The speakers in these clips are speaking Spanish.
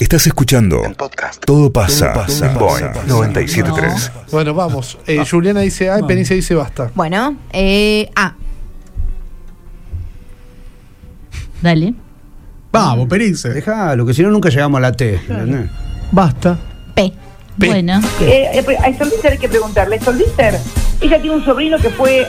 Estás escuchando en podcast. Todo pasa en Boing 97.3. Bueno, vamos. Juliana dice A y Penice dice basta. Bueno, A. Dale. Vamos, Penice. Déjalo, que si no nunca llegamos a la T. ¿Entendés? Basta. P. Bueno. A Solícer hay que preguntarle. Solícer, ella tiene un sobrino que fue.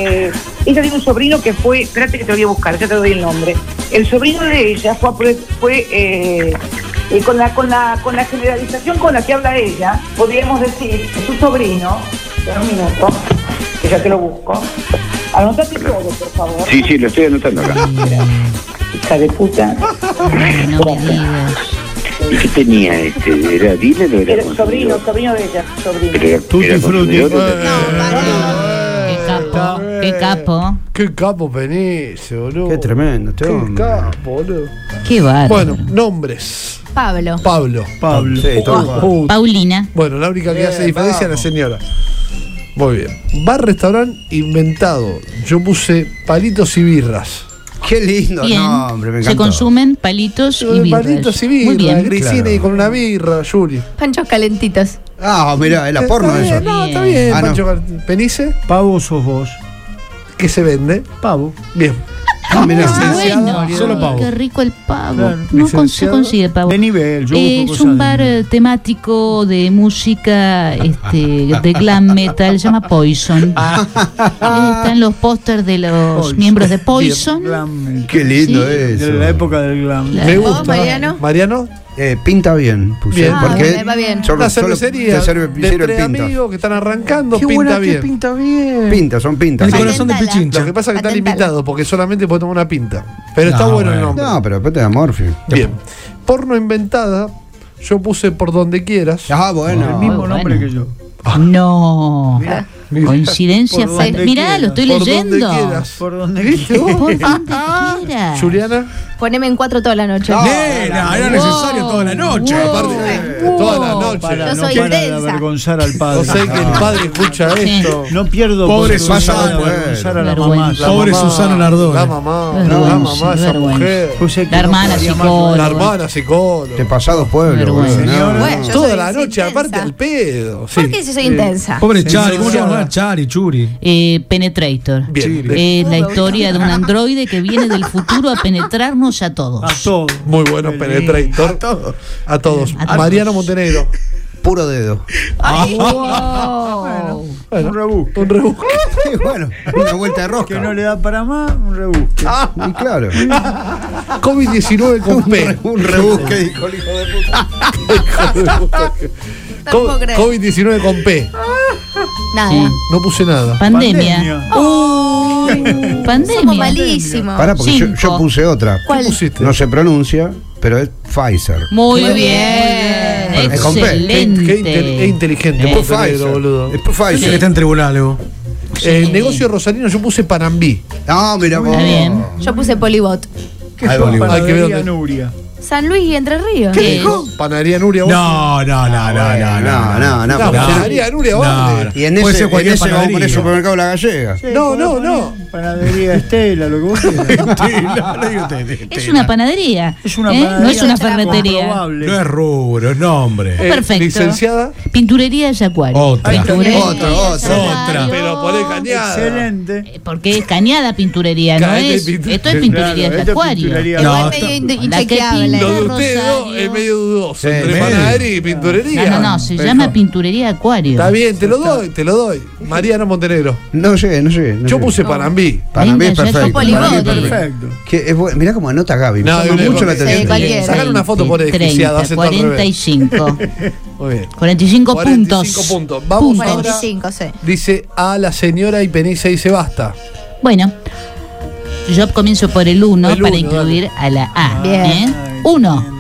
Espérate que te voy a buscar, ya te doy el nombre. El sobrino de ella fue con la generalización con la que habla ella, podríamos decir que su sobrino. Espera un minuto, que ya te lo busco. Anotate todo, por favor. Sí, lo estoy anotando acá. Hija de puta. No me digas. ¿Y qué tenía este? ¿Era dealer o era Era sobrino de ella, sobrino. ¿Era consumidor? Qué capo. Qué capo Penice, boludo. Qué tremendo, Qué capo, boludo. Qué bárbaro. Bueno, nombres. Pablo. Pablo. Sí, todo. Paulina. Bueno, la única que hace diferencia es la señora. Muy bien. Bar, restaurante inventado. Yo puse palitos y birras. Qué lindo Bien. nombre, me Se encantó. consumen palitos y birras. Palitos y Muy birras. bien. Grisini Claro. con una birra, Juli. Panchos calentitos. Ah, mirá, es la porno Está eso. bien, no, está bien. Ah, no. Pancho Penice, Pavo sos vos. ¿qué se vende? Pavo. Bien. Ah, mirá. Bueno, Solo pavo. qué rico el pavo. Claro. No se Licenciado. consigue pavo. De nivel. Yo busco Es cosas un de bar nivel. temático de música de glam metal, se llama Poison. Están los pósters de los Poison. miembros de Poison. Glam. Qué lindo Sí. eso. De la época del glam. Claro. Me ¿Vos, gusta. Mariano? Mariano, Pinta bien, puse. Bien. Porque me va bien. solo- una solo cervecería te sirve de tres pinta. amigos que están arrancando, Qué pinta buena que bien. pinta bien. Pinta, son pintas. El Sí. corazón de Patentala. Pichincha. Lo que pasa es que están Patentala. limitados porque solamente puede tomar una pinta. Pero está No, bueno el bueno. nombre. No, pero después te da morfio. Bien. Porno inventada. Yo puse por donde quieras. Ah, bueno. El mismo Muy nombre bueno. que yo. No. Mira. Coincidencia. Por donde Mirá, quieras. lo estoy Por donde leyendo. quieras. Por donde ¿Viste vos? Por donde quieras. Juliana. Poneme en 4 toda la noche. Nena, era necesario toda la noche. Wow. Aparte, toda la noche. Para, Yo no soy para de intensa. avergonzar al padre. No sé que el padre escucha Sí. esto. No pierdo Pobre oportunidad Susana, de avergonzar a la vergüenza. mamá. La Pobre mamá, Susana Nardone. La mamá, Vergüenza, la mamá, esa vergüenza. mujer. Puse que La hermana podía más psicóloga. La hermana psicóloga. Te pasado pueblo, Vergüenza. boludo. Señora. Bueno, yo Toda soy la noche, intensa. aparte al pedo. Sí. ¿Por qué si soy intensa? Pobre Sí, Chari, ¿cómo se licenciada. llama? Chari, Churi. Penetrator. Bien. Es la historia de un androide que viene del futuro a penetrarnos a todos. A todo. Muy bueno, Penetrator. A todos. A todos. Mariano Montenegro. Puro dedo. Wow. Bueno, Un rebusque. un rebusque. Y bueno, una vuelta de rosca. Que no le da para más, un rebusque. Y claro. COVID-19 con P. Un rebusque, dijo el hijo de puta. No puedo creer. COVID-19 con P. Nada. Sí. No puse nada. Pandemia. Somos Pandemia. malísimos. Pará, porque yo Cinco. puse otra. ¿Cuál? Pusiste? No se pronuncia, pero es Pfizer. Muy Muy bien. bien. Es con P. Excelente. Qué inteligente. Después Montenegro, Pfizer. boludo. Después Ese que Pfizer. está en tribunales, vos. Negocio rosarino yo puse Panambí. No, mira vos. Está bien. Yo puse Polibot. Que Ahí son va, hay que ver panadería dónde. Nuria. San Luis y Entre Ríos. ¿Qué? Panadería Nuria. ¿vos? No. No, No, porque Panadería Nuria, ¿dónde? y en Puede ese, ser en cualquier ese vamos a poner panadería. supermercado La Gallega. Sí, No, podés no, poner no. Panadería Estela, lo que vos quieras. No digo usted. Es una panadería. Es una ¿eh? panadería. No es una Otra ferretería. Probable. No es rubro, es nombre. Perfecto. Licenciada. Pinturería de Yacuario. Otra. Pinturería Otra. Otra. Pero poné cañada. Excelente. Porque es cañada pinturería, no Cañada es. pinturería. Esto es pinturería Claro, de esto es Yacuario. pinturería. Igual No, medio La que inchequeable. Lo de pinta ustedes dos Rosario. es medio dudoso. Sí, Entre medio. panadería y pinturería. No, se llama Pinturería Acuario. Está bien, te lo doy. Mariano Montenegro. No sé. Yo puse Panambí. Para mí es Venga, ya perfecto. yo Para mí es Polibot. perfecto. Perfecto. Mirá cómo anota Gaby. No, Me llama mucho la sí, atención. cualquiera. Sacar una foto por desquiciado, 30, hace todo al revés. 45. Muy bien. 45 45 puntos. puntos. Vamos ahora. 45, sí. Dice a la señora y Penice dice basta. Bueno, yo comienzo por el 1 El para uno, incluir a la A. Bien. ¿eh? 1.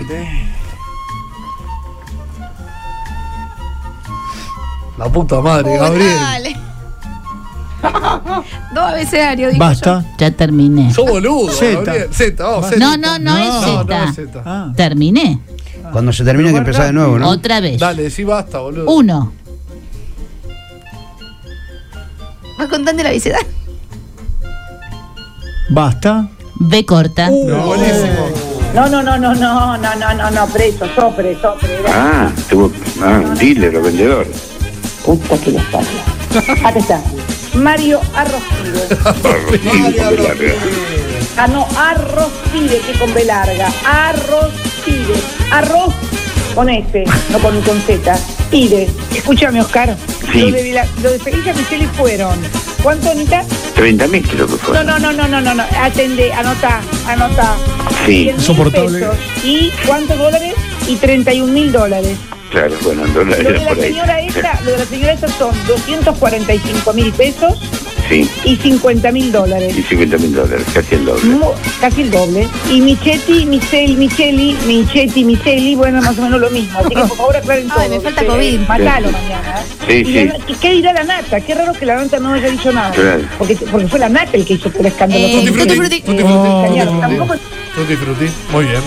La puta madre, Gabriel. Dale. Dos abecedarios, digo Basta. Ya terminé. Sos boludo, Zeta. Gabriel. Z, vamos, Z. No es No, Z. no es Z. Ah. Terminé. Cuando se termina hay que empezar de nuevo, ¿no? Otra vez. Dale, decí basta, boludo. 1. yo. ¿Vas contando la abecedario? Basta. B corta. Buenísimo. No, preso, sopre. Un dealer o vendedor. Puta que los parió. Acá está. Mario Arrostide. Arrostide, que con B larga. Arrostide. Arroz con S, no con Z. Tide. Escúchame, Oscar. Sí. Lo de Felicia Micheli fueron. ¿Cuánto, Anita? 30.000 creo que fue. No. Atende, anota. Sí. 100.000 Soportable. pesos. ¿Y cuántos dólares? Y $31.000. Claro, bueno, en Lo dólares de la por ahí. señora esta son 245.000 pesos Sí. y $50.000. Y $50.000, casi el doble. Casi el doble. Y Micheli, bueno, más o menos lo mismo. Así que por favor aclaren todo. Ay, me falta COVID. Matalo mañana. Sí, Y sí. ¿qué dirá la Nata? Qué raro que la Nata no haya dicho nada. Claro. Porque fue la Nata el que hizo el escándalo. Tutti frutti. Tampoco Tutti frutti. Muy bien.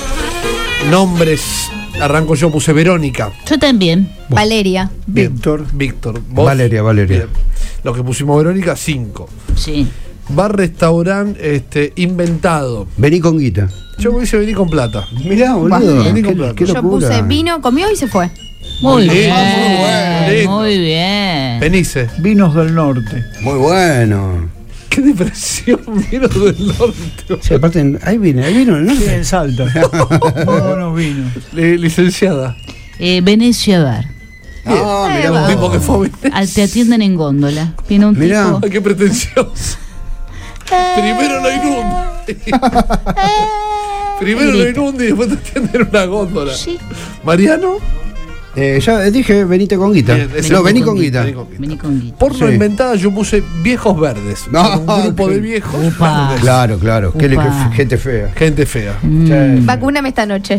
Nombres. Arranco yo, puse Verónica. Yo también. Valeria. Bien. Víctor. ¿Vos? Valeria. Bien. Los que pusimos Verónica, 5. Sí. Bar, restaurante, inventado. Vení con guita. Yo hice venir con plata. Mirá, boludo. Vení con plata. Qué Yo locura. puse vino, comió y se fue. Muy lindo, bien. muy bueno, lindo. Muy bien. Benice. Vinos del norte. Muy bueno. Qué depresión, vino del norte. Sí, aparte, ahí vino, ¿no? Sí, en Salta. Muy buenos vinos. Licenciada. Venecia Bar. Ah, mirá va. vos. Tipo que fue Te atienden en góndola. Viene un Mirá. tipo. Ay, qué pretencioso. Primero lo inunda. Primero lo inunda y después te atienden en una góndola. Sí. Mariano. Ya dije, venite con guita. Bien, ese No, es vení con con guita. Vení con guita. Vení con guita. Porno Sí. inventada, yo puse viejos verdes. No, un grupo qué- de viejos Upa. verdes. Claro. Qué Upa. gente fea. Gente fea. Vacúname esta noche.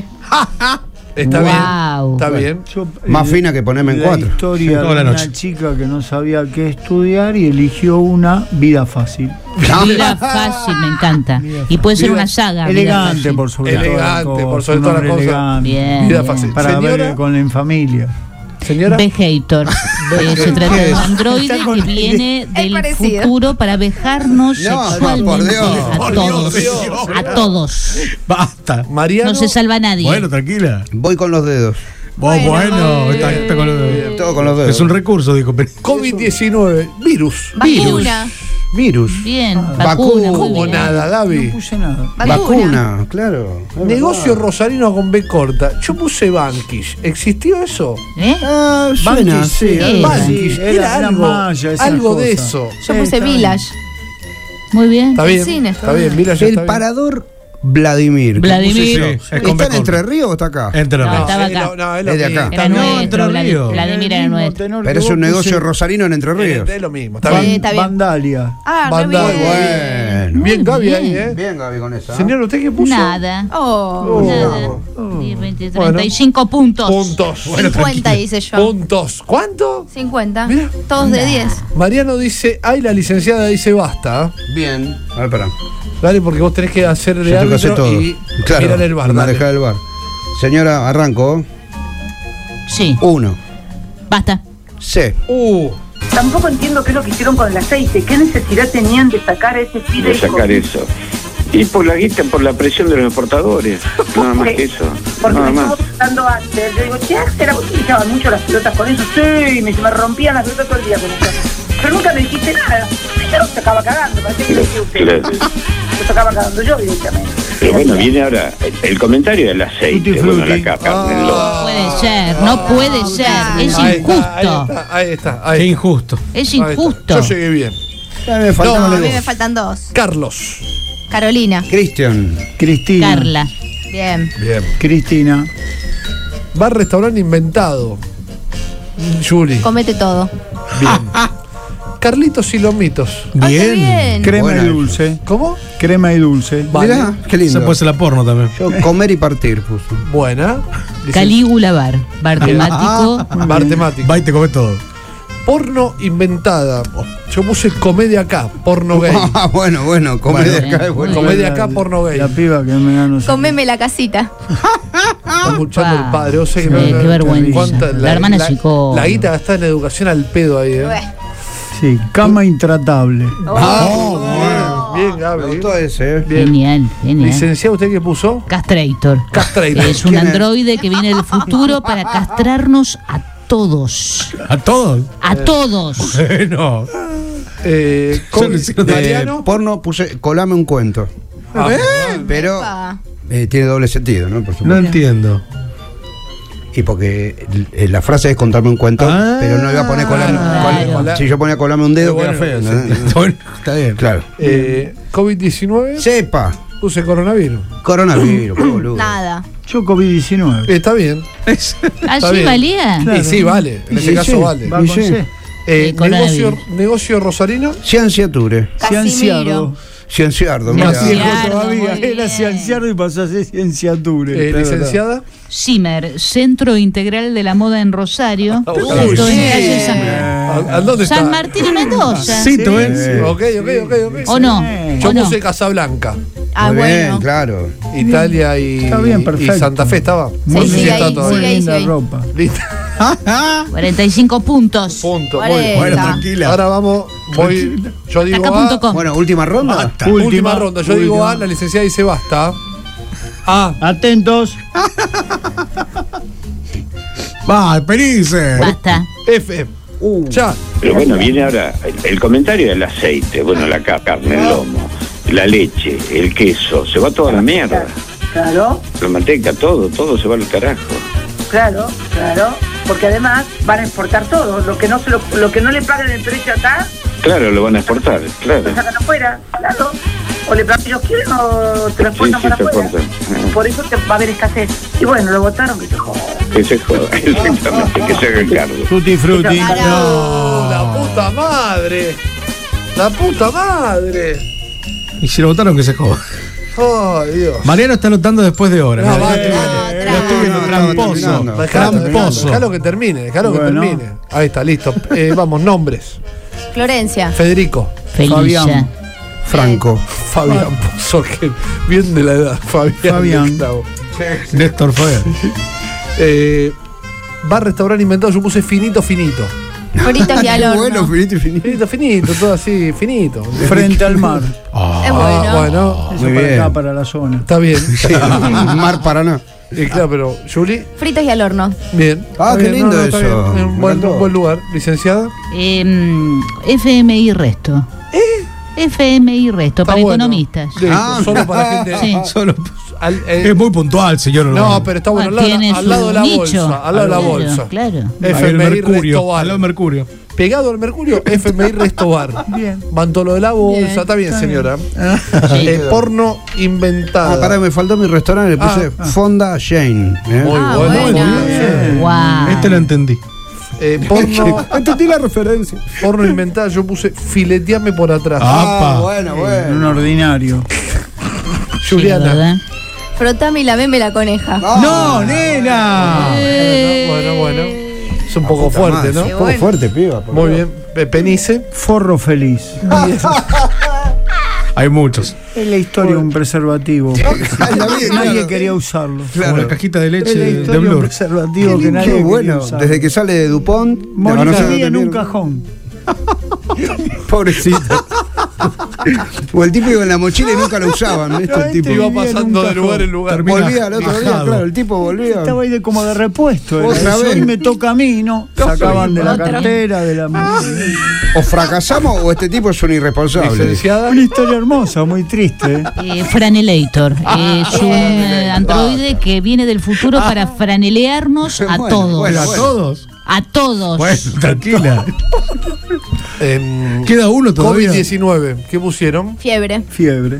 Está Guau. bien. Está bien. Yo, Más fina que ponerme en la 4. historia Toda la de una noche. chica que no sabía qué estudiar y eligió una vida fácil. Vida fácil, me encanta. Y puede ser una saga. Vida Elegante fácil. por sobre Elegante, todas las por cosas, sobre un todas las hombre cosas. elegante. Bien. Vida fácil. Para Señora. ver en familia. Señora. Vejator. Se trata de un androide Está con que la viene Es del parecido. futuro para vejarnos No, sexualmente por Dios. a Por todos. Dios. A todos. Basta. Mariano. No se salva nadie. Bueno, tranquila. Voy con los dedos. Bueno, está con los- Todo con los dedos. Es un recurso, dijo. COVID-19. Virus. Vacuna. Virus. Bien, Vacuna. vacuna. muy ¿Cómo bien. nada, Gaby? No puse nada. Vacuna, claro. Es Negocio verdad. rosarino con B corta. Yo puse Bankish. ¿Existió eso? ¿Eh? Ah, suena, Bankish. sí. Era. algo así. Bankish. Era Era algo, malla, esas algo de cosas. eso. Yo puse está Village. Muy bien. Está bien. cine. Está bien. Mira, ya El está bien. parador Vladimir. Vladimir. Sí, ¿Está es con en B Entre corta. Ríos o está acá? Entre No, Ríos. estaba acá. Es, Es de acá. Era No, nuestro. Entre Ríos. Vladimir era nuestro. Pero es un negocio rosarino en Entre Ríos. Es lo mismo. Está bien. Está bien. Vandalia. Ah, re Banda- bien. Bueno. Bien, Gaby, bien. ahí, ¿eh? Bien, Gaby, con esa. Señor, ¿usted qué puso? Nada. Oh. Nada. 10, 20, 35 puntos. Puntos. 50 hice yo. Puntos. ¿Cuánto? 50. Mira. Todos de 10. Mariano dice, ay, la licenciada dice basta. Bien. A ver, pará. Dale, porque vos tenés que hacer de Yo tengo que hacer árbitro todo. y Claro. mirar el bar. dale. Manejar el bar. Señora, arranco. Sí. 1. Basta. C. Tampoco entiendo qué es lo que hicieron con el aceite. ¿Qué necesidad tenían de sacar ese De fideicomiso? sacar eso. Y por la guita, por la presión de los exportadores. Nada más que eso. Porque Nada me más. estuvo buscando Axel. Yo digo, che, Axel, ¿a vos te utilizaban mucho las pelotas con eso? Sí, me rompían las pelotas todo el día con eso. Pero nunca me dijiste nada. Yo se acaba cagando, parece que lo decía usted. Claro. Yo acaba cagando yo directamente. Pero bueno, viene ahora el comentario del aceite. Tutti Bueno, frutti. la capa. el lobo. No puede ser, no puede ser. Es Ahí injusto. está, ahí está. Ahí Qué está. injusto. Es Ahí está. injusto. Yo llegué bien. Ya me No, faltaban a los mí me dos. faltan 2. Carlos. Carolina. Cristian. Cristina. Carla. Bien. Bien. Cristina. Bar restaurante inventado. Juli. Comete todo. Bien. Carlitos y Lomitos. Ay, qué Bien. bien. Crema Buena y esa. dulce. ¿Cómo? Crema y dulce. Vale. Mirá, qué Se lindo. puede ser la porno también. Yo comer y partir puso. Buena. Calígula Bar. Bar temático. Bar temático. Va y te come todo. Porno inventada. Yo puse comedia acá, porno gay. Ah, bueno, comedia Bueno, acá es bueno. Comedia acá, porno gay. La piba que me da no sé. Comeme la casita. Está escuchando Opa. el padre. O sea que Sí, qué vergüenza. cuánta- La hermana psicóloga. La guita está en educación al pedo ahí, ¿eh? Sí, cama intratable. Oh. Bien, Me Gaby. gustó ese, Bien. Genial, genial. Licenciado, ¿usted qué puso? Castrator. Castrator. Es un ¿Quién es? androide que viene del futuro para castrarnos a todos. ¿A todos? A todos. Bueno. De porno puse colame un cuento. Pero Epa. tiene doble sentido, ¿no? Por supuesto. No entiendo. Y porque la frase es contarme un cuento, Ah, pero no iba a poner colame. claro. Si yo ponía colame un dedo, Qué queda bueno, feo. ¿no? Bueno, está bien. Claro. COVID-19. Sepa, Puse coronavirus. coronavirus, qué boludo. Nada. Yo COVID-19. Está bien. ¿Allí bien. valía? Claro. Y sí, vale. En ese Sí, caso sí. vale. Va con Sí. C. Negocio, negocio rosarino. Cienciature. Cienciardo. Cienciardo, Más mira. viejo Cienciardo, todavía. muy Era bien. cienciardo y pasó a ser cienciature. Licenciada. CIMER, Centro Integral de la Moda en Rosario. Uy, Esto en sí. calle San, ¿A dónde está? San Martín y Mendoza. Cito, ¿eh? Ok. ¿O no? Yo ¿O no? puse Casablanca. Ah, Muy bien, bueno. claro. Italia y, Está bien, y perfecto. Santa Fe estaba. Muy No sé si sigue está ahí, todavía. sigue ahí. linda ropa. Listo. 45 puntos. Punto. Muy 40. bien. Bueno, tranquila. Ahora vamos. Voy. Yo digo A. Taca.com. Bueno, última ronda. Basta. Última ronda. Yo digo última. A. La licenciada dice basta. A. Atentos. Va, Penice. Basta. F. Ya. Pero bueno, viene ahora el comentario del aceite, bueno, la carne, el lomo, la leche, el queso, se va toda la mierda. Claro, La manteca, todo se va al carajo. claro, porque además van a exportar todo, lo que no le paguen el precio acá, Claro, lo van a exportar, claro. lo sacan afuera, claro. O le pagan ellos quieren o te lo exportan Sí, para se afuera. exportan. Por eso que va a haber escasez. Y bueno, lo votaron que se jodan. Que se joda, exactamente, que se haga cargo. Tutti frutti. No, la puta madre. La puta madre. Y si lo votaron, que se joda. Ay, Dios. Mariano está anotando después de horas. No, Mira, vale, lo vale. estoy viendo, No, tramposo. terminando. Tramposo. Dejalo que termine, dejalo que Bueno. termine. Ahí está, listo. Vamos, nombres. Florencia. Federico. Felicia. Fabián. Franco. Fabián puso que bien de la edad. Fabián. Esclavo. Néstor Fabián. Bar, restaurante inventado. Yo puse finito. Fritos y al horno. Bueno, finito y finito. Finito, todo así, finito. Frente al mar. Es Ah, bueno. bueno, Eso Muy para bien. acá, para la zona. está bien. Sí. Mar Paraná. Claro, pero Juli, Fritos y al horno. bien. Ah, Está qué bien, lindo está eso. bien. Un Me buen, encantó. buen lugar. Licenciada. FMI Resto. FMI Resto, Está para bueno. economistas. Solo para gente. Sí. Solo, al- es muy puntual, señor. no, pero está bueno. Tiene Al lado de la su nicho. bolsa. Al lado de la Claro, bolsa. Claro. Ahí el FMI Mercurio. Resto Al lado Bar. del Mercurio. Pegado al Mercurio, FMI Resto Bar. Bien. Van todo lo de la bolsa. Bien. Está bien, señora. Sí. Porno inventada. Ah, pará, me faltó mi restaurante, le puse Fonda Jane. Muy Ah, bueno. bueno. Wow. Este lo entendí. Porno, Entendí la referencia. porno inventada, yo puse fileteame por atrás. Apa. bueno, Un bueno. ordinario. Sí, Juliana. ¿verdad? Frotame y lameme la coneja. ¡No, nena! Bueno. Es un poco fuerte, ¿no? Un poco fuerte, piba. por Muy Dios. bien. Penice. Forro feliz. Bien. Hay muchos. Es la historia de un preservativo. Nadie quería usarlo. Como la cajita de Es leche la de historia de un Blur. preservativo que nadie Qué quería bueno. usar. Desde que sale de DuPont. Moría no sé, en no un tenía- cajón. Pobrecito. O el tipo iba en la mochila y nunca lo usaban. ¿Viste? El tipo Iba Vivía en pasando un de lugar en lugar. Termina volvía al otro día, bajado. claro. El tipo volvía. Estaba ahí como de repuesto. Era Otra eso, vez. y me toca a mí, ¿no? Sacaban de la Otro. cartera, de la... O fracasamos o este tipo es un irresponsable. Licenciada. Una historia hermosa, muy triste. Franelator. Es un androide que viene del futuro para franelearnos a Bueno, todos. bueno, ¿A todos? A todos. Bueno, tranquila. Em, Queda uno todavía. COVID-19. ¿Qué pusieron? Fiebre. Fiebre.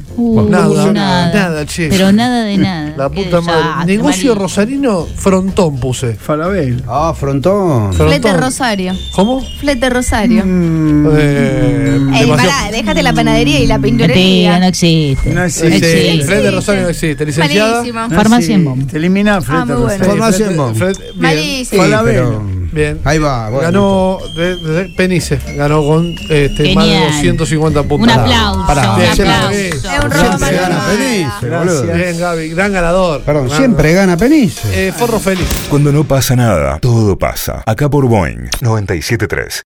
Nada, che. Pero nada de nada. La Qué puta madre. desastre, Negocio malísimo. rosarino, frontón puse. Falabella. Ah, frontón. Flete Frontón. Rosario. ¿Cómo? Flete Rosario. Ey, Pará, déjate la panadería y la Mentira, no pinturería. existe. No No existe. existe. Fred de Rosario no existe. Licenciada. Malísimo. Farmacia en bomba. Te elimina Frete muy bueno. Farmacia en bomba. Bien. Malísimo. Falabella. Pero- Bien. Ahí va. Bueno, Ganó Penice. Ganó con más de Genial. 250 puntos. Un aplauso. Pará, Un bien, aplauso. bien. Es un robo Siempre gana manual. Penice, boludo. Bien, Gaby. Gran ganador. Perdón, Gran siempre gana Penice. Forro feliz. Cuando no pasa nada, todo pasa. Acá por Boeing 97.3.